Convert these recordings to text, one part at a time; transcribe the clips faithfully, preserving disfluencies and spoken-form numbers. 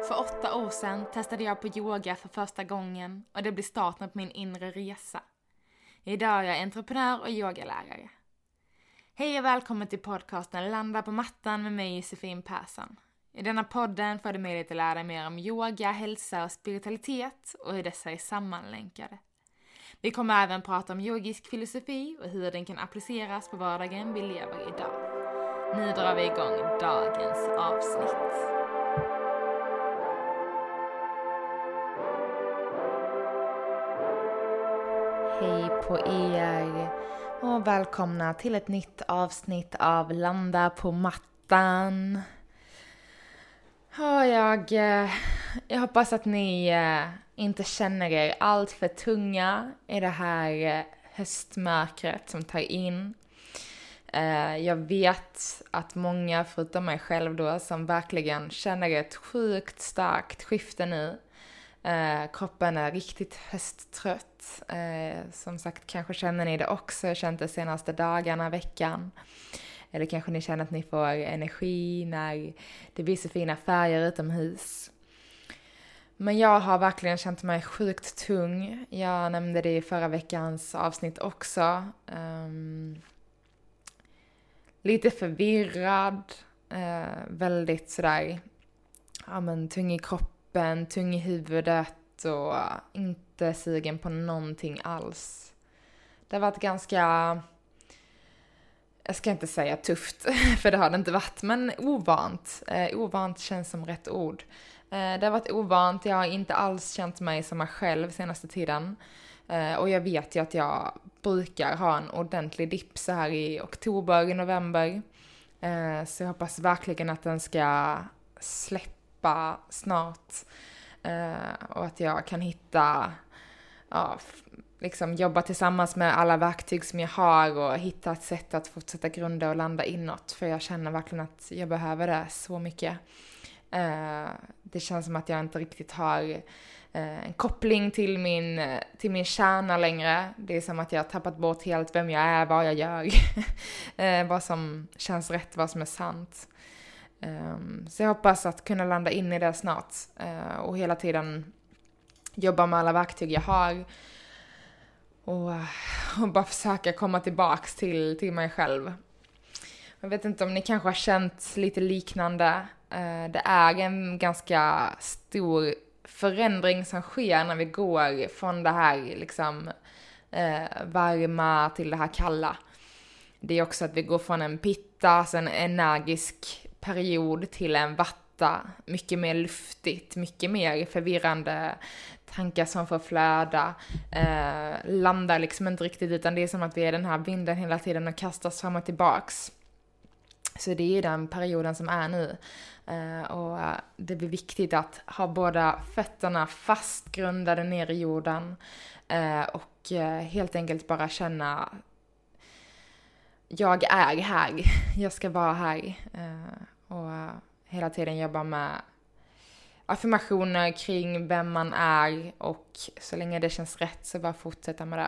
För åtta år sedan testade jag på yoga för första gången och det blev starten på min inre resa. Idag är jag entreprenör och yogalärare. Hej och välkommen till podcasten Landa på mattan med mig Josefin Persson. I denna podden får du möjlighet att lära dig mer om yoga, hälsa och spiritualitet och hur dessa är sammanlänkade. Vi kommer även prata om yogisk filosofi och hur den kan appliceras på vardagen vi lever idag. Nu drar vi igång dagens avsnitt. Hej på er och välkomna till ett nytt avsnitt av Landa på mattan. Och jag, jag hoppas att ni inte känner er allt för tunga i det här höstmörkret som tar in. Jag vet att många förutom mig själv då som verkligen känner ett sjukt starkt skifte nu. Eh, kroppen är riktigt hösttrött. Eh, som sagt, kanske känner ni det också. Jag har känt det senaste dagarna, veckan. Eller kanske ni känner att ni får energi när det blir så fina färger utomhus. Men jag har verkligen känt mig sjukt tung. Jag nämnde det i förra veckans avsnitt också. Um, lite förvirrad. Uh, väldigt sådär, ja men tung i kroppen. Tung i huvudet och inte sugen på någonting alls. Det har varit ganska, jag ska inte säga tufft, för det har det inte varit, men ovant. Eh, ovant känns som rätt ord. Eh, det har varit ovant, jag har inte alls känt mig som mig själv senaste tiden. Eh, och jag vet ju att jag brukar ha en ordentlig dipp så här i oktober, i november. Eh, så jag hoppas verkligen att den ska släppa snart uh, och att jag kan hitta ja, f- liksom jobba tillsammans med alla verktyg som jag har och hitta ett sätt att fortsätta grunda och landa inåt, för jag känner verkligen att jag behöver det så mycket. Uh, det känns som att jag inte riktigt har uh, en koppling till min, uh, till min kärna längre. Det är som att jag har tappat bort helt vem jag är, vad jag gör, uh, vad som känns rätt, vad som är sant. Um, så jag hoppas att kunna landa in i det snart uh, och hela tiden jobba med alla verktyg jag har och, uh, och bara försöka komma tillbaks till, till mig själv. Jag vet inte om ni kanske har känt lite liknande. Uh, det är en ganska stor förändring som sker när vi går från det här liksom, uh, varma till det här kalla. Det är också att vi går från en pitta, alltså en energisk period, till en vatta, mycket mer luftigt, mycket mer förvirrande tankar som får flöda, eh, landar liksom inte riktigt, utan det är som att vi är den här vinden hela tiden och kastas fram och tillbaks. Så det är den perioden som är nu, eh, och det blir viktigt att ha båda fötterna fastgrundade ner i jorden eh, och eh, helt enkelt bara känna jag är här, jag ska vara här uh, och uh, hela tiden jobba med affirmationer kring vem man är, och så länge det känns rätt så bara fortsätta med det.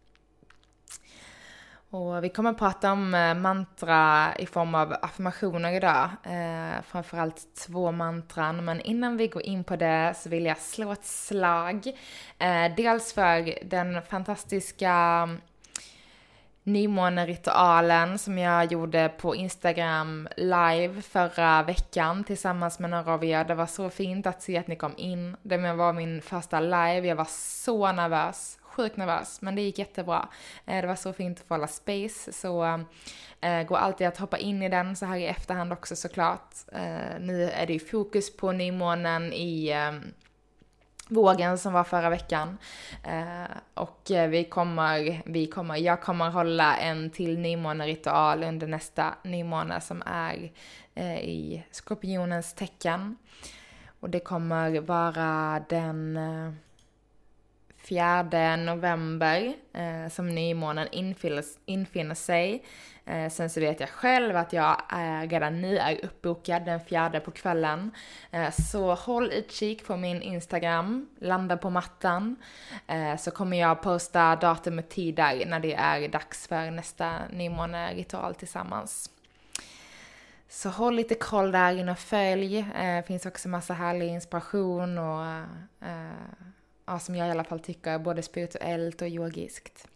Och vi kommer att prata om uh, mantra i form av affirmationer idag, uh, framförallt två mantran, men innan vi går in på det så vill jag slå ett slag, uh, dels för den fantastiska nymåneritualen som jag gjorde på Instagram live förra veckan tillsammans med några av er. Det var så fint att se att ni kom in. Det var min första live. Jag var så nervös. Sjukt nervös. Men det gick jättebra. Det var så fint att få alla space. Så äh, går alltid att hoppa in i den så här i efterhand också såklart. Äh, nu är det ju fokus på nymånen i Äh, vågen som var förra veckan, eh, och vi kommer, vi kommer, jag kommer hålla en till nymåneritual under nästa nymåne som är eh, i skorpionens tecken, och det kommer vara den eh, fjärde november eh, som nymånen infinner, infinner sig. Eh, sen så vet jag själv att jag är, redan nu är uppbokad den fjärde på kvällen. Eh, så håll utkik på min Instagram, landa på mattan. Eh, så kommer jag posta datum och tid där när det är dags för nästa nymåneritual tillsammans. Så håll lite koll där in och följ. Eh, finns också massa härlig inspiration och eh, ja, som jag i alla fall tycker är både spirituellt och yogiskt.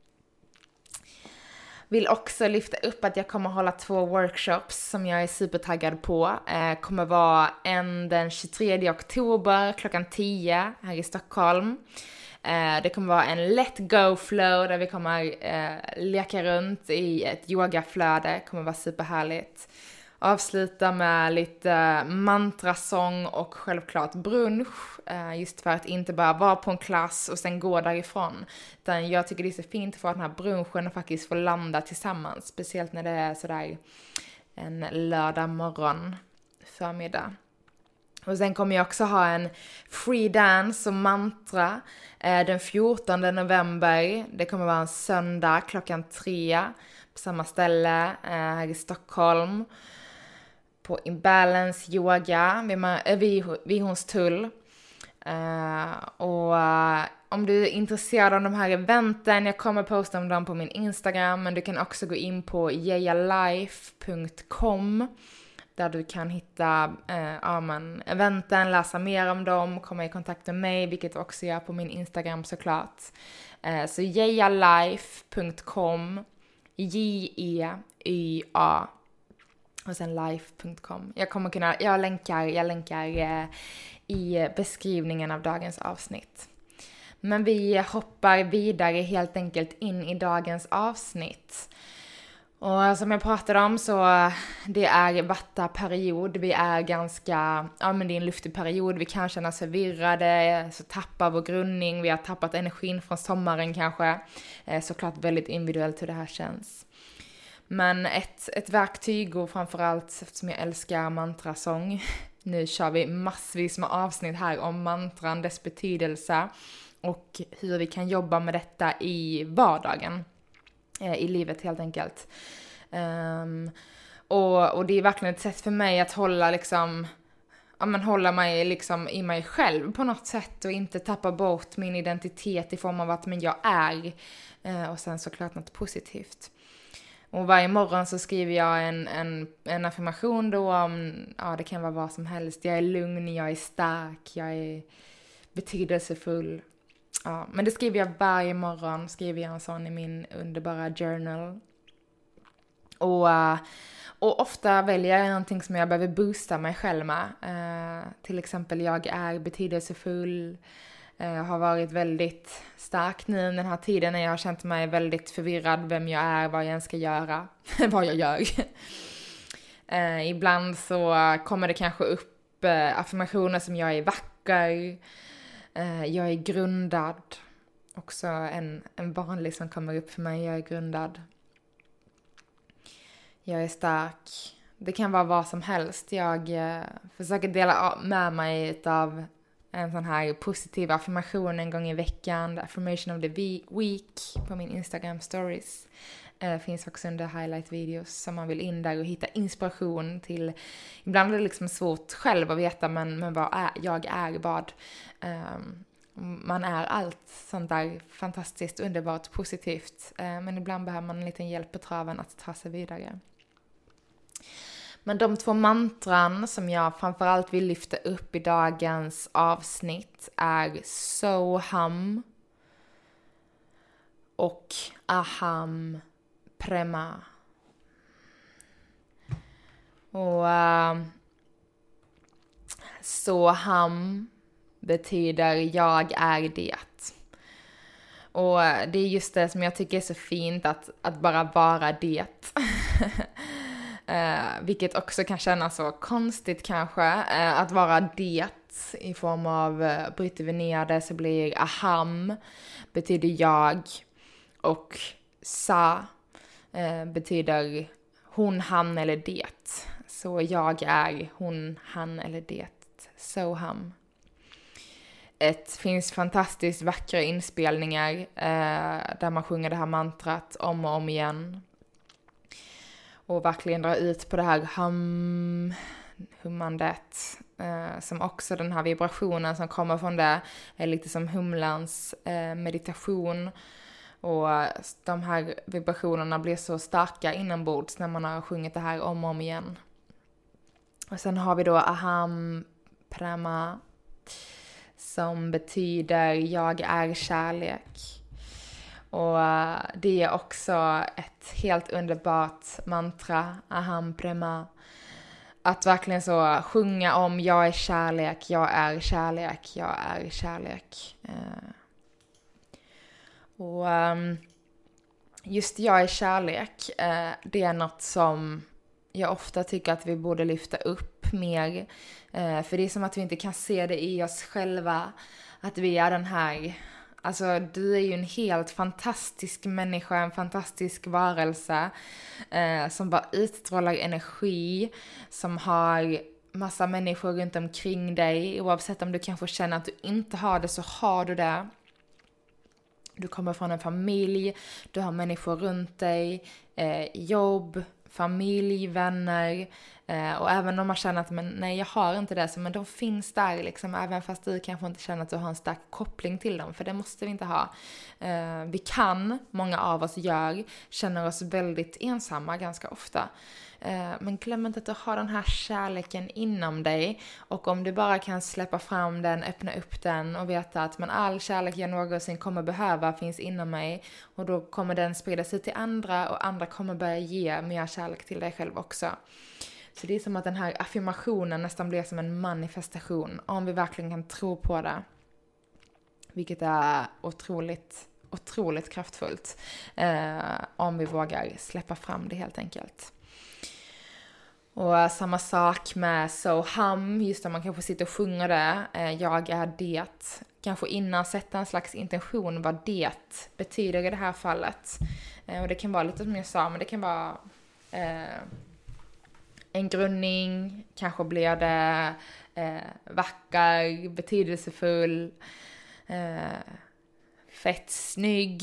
Vill också lyfta upp att jag kommer hålla två workshops som jag är supertaggad på. Eh, kommer vara en den tjugotredje oktober klockan tio här i Stockholm. Eh, det kommer vara en let go flow där vi kommer eh, leka runt i ett yogaflöde. Det kommer vara superhärligt. Avsluta med lite mantrasång och självklart brunch. Just för att inte bara vara på en klass och sen gå därifrån. Utan jag tycker det är så fint för att den här brunchen faktiskt får landa tillsammans. Speciellt när det är sådär en lördag morgon förmiddag. Och sen kommer jag också ha en free dance och mantra den fjortonde november. Det kommer vara en söndag klockan tre på samma ställe här i Stockholm. På Imbalance Yoga vid, vid, vid Hornstull. Uh, och uh, om du är intresserad av de här eventen, jag kommer posta om dem på min Instagram, men du kan också gå in på jejalife punkt com där du kan hitta uh, ja, men, eventen, läsa mer om dem, komma i kontakt med mig, vilket också gör på min Instagram såklart. Uh, så jejalife punkt com J E Y A och sen life punkt com. Jag kommer kunna, jag länkar, jag länkar eh, i beskrivningen av dagens avsnitt. Men vi hoppar vidare helt enkelt in i dagens avsnitt. Och som jag pratade om så det är vattaperiod. Vi är ganska, ja men det är en luftig period. Vi kan känna oss förvirrade, så tappar vår grundning. Vi har tappat energin från sommaren kanske. Eh, såklart väldigt individuellt hur det här känns. Men ett, ett verktyg, och framförallt eftersom jag älskar mantrasång. Nu kör vi massvis med avsnitt här om mantran, dess betydelse och hur vi kan jobba med detta i vardagen. Eh, I livet helt enkelt. Um, och, och det är verkligen ett sätt för mig att hålla liksom... Ja, men hålla mig liksom i mig själv på något sätt och inte tappa bort min identitet i form av att men jag är. Eh, och sen såklart något positivt. Och varje morgon så skriver jag en, en, en affirmation då om, ja det kan vara vad som helst. Jag är lugn, jag är stark, jag är betydelsefull. Ja, men det skriver jag varje morgon, skriver jag en sån i min underbara journal. Och, och ofta väljer jag någonting som jag behöver boosta mig själv med. Uh, till exempel jag är betydelsefull. Jag har varit väldigt stark nu den här tiden när jag har känt mig väldigt förvirrad vem jag är, vad jag ens ska göra, vad jag gör. eh, ibland så kommer det kanske upp eh, affirmationer som jag är vacker, eh, jag är grundad. Också en, en vanlig som kommer upp för mig, jag är grundad. Jag är stark. Det kan vara vad som helst. Jag eh, försöker dela med mig av en sån här positiv affirmation en gång i veckan. The affirmation of the week på min Instagram stories. Eh, finns också under highlight videos som man vill in där och hitta inspiration till. Ibland är det liksom svårt själv att veta men, men vad är, jag är vad. Um, man är allt sånt där fantastiskt, underbart, positivt. Uh, men ibland behöver man en liten hjälp på traven att ta sig vidare. Men de två mantran som jag framförallt vill lyfta upp i dagens avsnitt är Soham och Aham Prema. Och uh, Soham betyder jag är det. Och det är just det som jag tycker är så fint, att, att bara vara det. Uh, vilket också kan kännas så konstigt kanske, uh, att vara det i form av, uh, bryter vi ner det så blir aham betyder jag och sa uh, betyder hon, han eller det. Så jag är hon, han eller det. Soham. Det finns fantastiskt vackra inspelningar uh, där man sjunger det här mantrat om och om igen. Och verkligen dra ut på det här hum, hummandet. Eh, som också den här vibrationen som kommer från det är lite som humlans eh, meditation. Och de här vibrationerna blir så starka inombords när man har sjungit det här om och om igen. Och sen har vi då aham prama, som betyder jag är kärlek. Och det är också ett helt underbart mantra, aham prama. Att verkligen så sjunga om jag är kärlek, jag är kärlek, jag är kärlek. Uh, och um, just jag är kärlek, uh, det är något som jag ofta tycker att vi borde lyfta upp mer. Uh, för det är som att vi inte kan se det i oss själva. Att vi är den här... Alltså du är ju en helt fantastisk människa, en fantastisk varelse eh, som bara utstrålar energi, som har massa människor runt omkring dig. Oavsett om du kanske känner att du inte har det, så har du det. Du kommer från en familj, du har människor runt dig, eh, jobb, familj, vänner. Eh, och även om man känner att men, nej jag har inte det, så men de finns där liksom, även fast du kanske inte känner att du har en stark koppling till dem, för det måste vi inte ha. Eh, vi kan, många av oss gör, känner oss väldigt ensamma ganska ofta. Eh, men glöm inte att du har den här kärleken inom dig, och om du bara kan släppa fram den, öppna upp den och veta att men all kärlek jag någonsin kommer behöva finns inom mig, och då kommer den spridas ut till andra, och andra kommer börja ge mer kärlek till dig själv också. Så det är som att den här affirmationen nästan blir som en manifestation, om vi verkligen kan tro på det. Vilket är otroligt, otroligt kraftfullt. Eh, om vi vågar släppa fram det helt enkelt. Och samma sak med so hum, just att man kanske sitter och sjunger det. Eh, jag är det. Kanske innan sätta en slags intention vad det betyder i det här fallet. Eh, och det kan vara lite som jag sa, men det kan vara... Eh, en grundning, kanske blir det eh, vacker, betydelsefull, eh, fett snygg.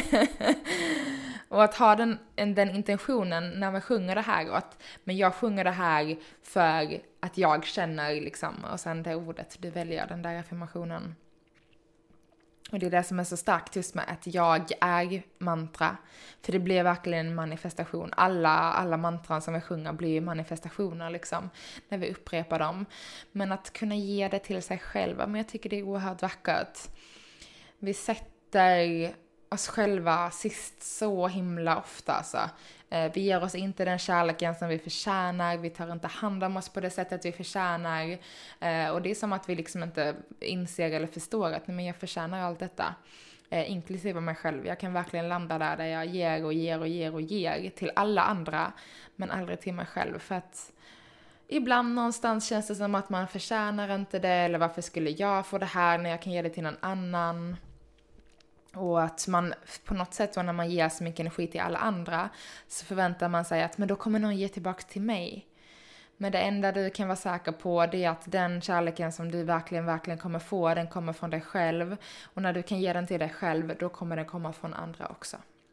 Och att ha den, den intentionen när man sjunger det här, och att, men jag sjunger det här för att jag känner liksom, och sen det ordet, du väljer den där affirmationen. Och det är det som är så starkt just med att jag är mantra. För det blir verkligen en manifestation. Alla, alla mantran som vi sjunger blir manifestationer liksom, när vi upprepar dem. Men att kunna ge det till sig själva, men jag tycker det är oerhört vackert. Vi sätter oss själva sist så himla ofta alltså. Eh, vi ger oss inte den kärleken som vi förtjänar. Vi tar inte hand om oss på det sättet vi förtjänar. Eh, och det är som att vi liksom inte inser eller förstår att nej, men jag förtjänar allt detta. Eh, inklusive mig själv. Jag kan verkligen landa där, där jag ger och ger och ger och ger till alla andra. Men aldrig till mig själv. För att ibland någonstans känns det som att man förtjänar inte det. Eller varför skulle jag få det här när jag kan ge det till någon annan? Och att man på något sätt när man ger så mycket energi till alla andra, så förväntar man sig att men då kommer någon ge tillbaka till mig. Men det enda du kan vara säker på, det är att den kärleken som du verkligen, verkligen kommer få, den kommer från dig själv. Och när du kan ge den till dig själv, då kommer den komma från andra också.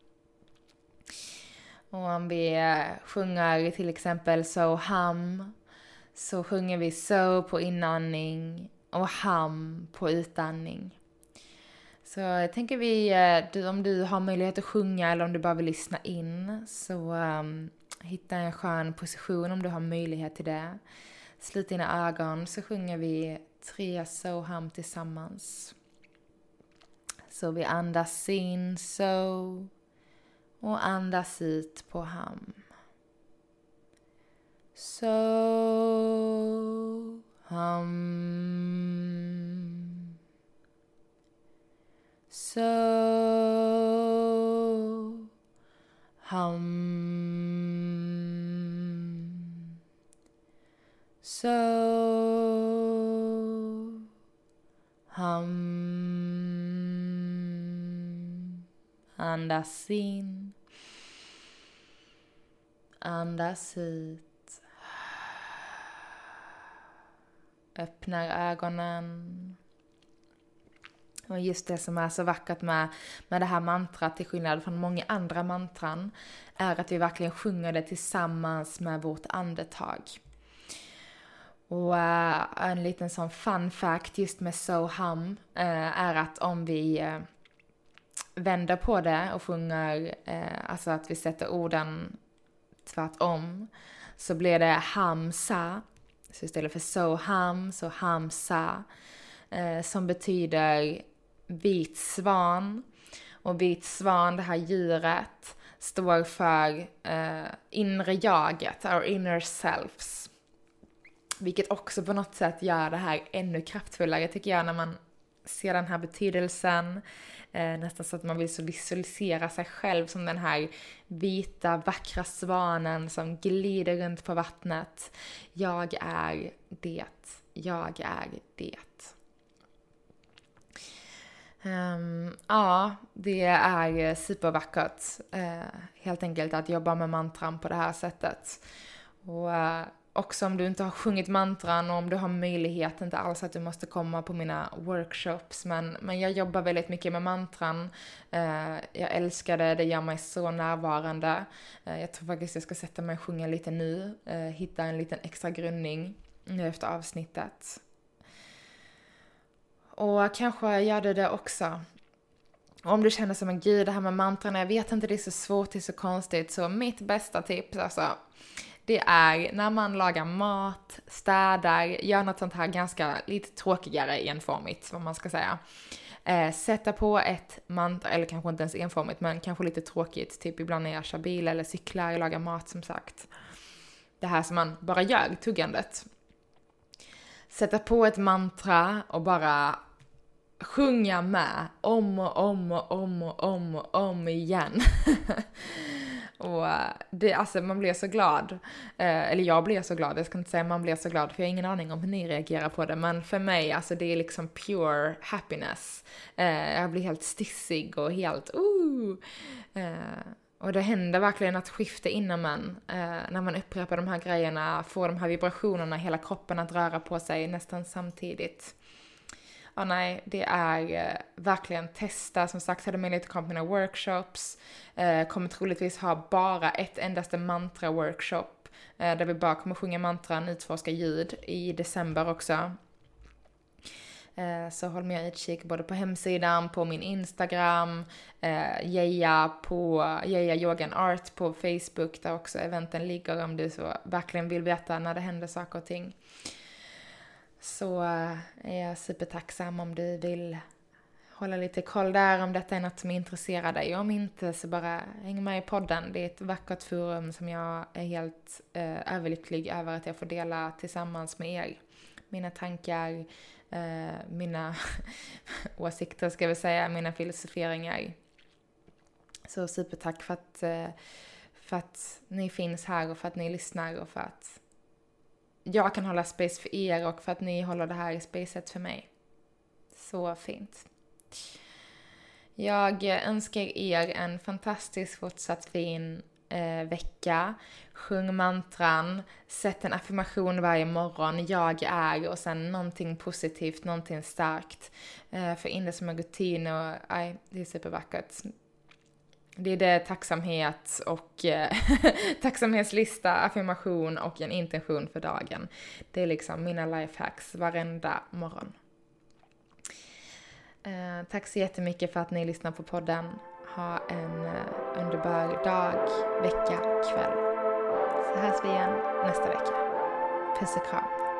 Och om vi sjunger till exempel so hum, så sjunger vi so på inandning och hum på utandning. Så jag tänker vi, du, om du har möjlighet att sjunga eller om du bara vill lyssna in, så um, hitta en skön position om du har möjlighet till det. Slut dina ögon, så sjunger vi tre so hum tillsammans. Så vi andas in so och andas ut på hum. So hum. So hum. So hum. Andas in. Andas ut. Öppnar ögonen. Och just det som är så vackert med, med det här mantrat, till skillnad från många andra mantran, är att vi verkligen sjunger det tillsammans med vårt andetag. Och uh, en liten sån fun fact just med so hum uh, är att om vi uh, vänder på det och sjunger, uh, alltså att vi sätter orden tvärtom, så blir det hamsa. Så istället för Soham, så Hamsa, eh, som betyder vit svan. Och vit svan, det här djuret, står för eh, inre jaget, our inner selves. Vilket också på något sätt gör det här ännu kraftfullare, tycker jag, när man ser den här betydelsen. Eh, nästan så att man vill så visualisera sig själv som den här vita, vackra svanen som glider runt på vattnet. Jag är det. Jag är det. Um, ja, det är supervackert. Uh, helt enkelt att jobba med mantran på det här sättet. Och uh, också om du inte har sjungit mantran och om du har möjlighet, inte alls att du måste komma på mina workshops, men, men jag jobbar väldigt mycket med mantran. Uh, jag älskar det, det gör mig så närvarande. Uh, jag tror faktiskt jag ska sätta mig och sjunga lite nu, uh, hitta en liten extra grundning nu efter avsnittet. Och kanske gör det det också. Om du känner som en gud, det här med mantran, jag vet inte, det är så svårt, det är så konstigt. Så mitt bästa tips, alltså, det är när man lagar mat, städar, gör något sånt här ganska lite tråkigare enformigt, vad man ska säga. Eh, sätta på ett mantra, eller kanske inte ens enformigt, men kanske lite tråkigt. Typ ibland när jag kör bil eller cyklar och lagar mat, som sagt. Det här som man bara gör, tuggandet. Sätta på ett mantra och bara sjunga med om och om och om och om och om igen. Och det, alltså man blir så glad. Eh, eller jag blir så glad, jag ska inte säga man blir så glad, för jag har ingen aning om hur ni reagerar på det. Men för mig, alltså det är liksom pure happiness. Eh, jag blir helt stissig och helt uh. Eh, och det händer verkligen ett skifte inom en. Eh, när man upprepar de här grejerna, får de här vibrationerna, hela kroppen att röra på sig nästan samtidigt. Ja, nej, det är eh, verkligen testa. Som sagt, hade möjlighet att komma på mina workshops. Eh, kommer troligtvis ha bara ett endaste mantra-workshop. Eh, där vi bara kommer sjunga mantran, utforska ljud i december också. Eh, så håll med utkik både på hemsidan, på min Instagram, eh, Jeja på Jeja Yoga and Art på Facebook, där också eventen ligger om du så verkligen vill veta när det händer saker och ting. Så är jag supertacksam om du vill hålla lite koll där, om detta är något som intresserar dig. Om inte, så bara häng med i podden. Det är ett vackert forum som jag är helt eh, överlycklig över att jag får dela tillsammans med er. Mina tankar, eh, mina åsikter ska vi säga, mina filosoferingar. Så supertack för att, eh, för att ni finns här och för att ni lyssnar och för att jag kan hålla space för er och för att ni håller det här i spacet för mig. Så fint. Jag önskar er en fantastisk fortsatt fin eh, vecka. Sjung mantran, sätt en affirmation varje morgon. Jag är, och sen någonting positivt, någonting starkt. Eh, för in det som en rutin och aj, det är supervackert. Det är det, tacksamhet och eh, tacksamhetslista, affirmation och en intention för dagen. Det är liksom mina lifehacks varenda morgon. Eh, tack så jättemycket för att ni lyssnar på podden. Ha en eh, underbar dag, vecka, kväll. Så hörs vi igen nästa vecka. Puss och kram.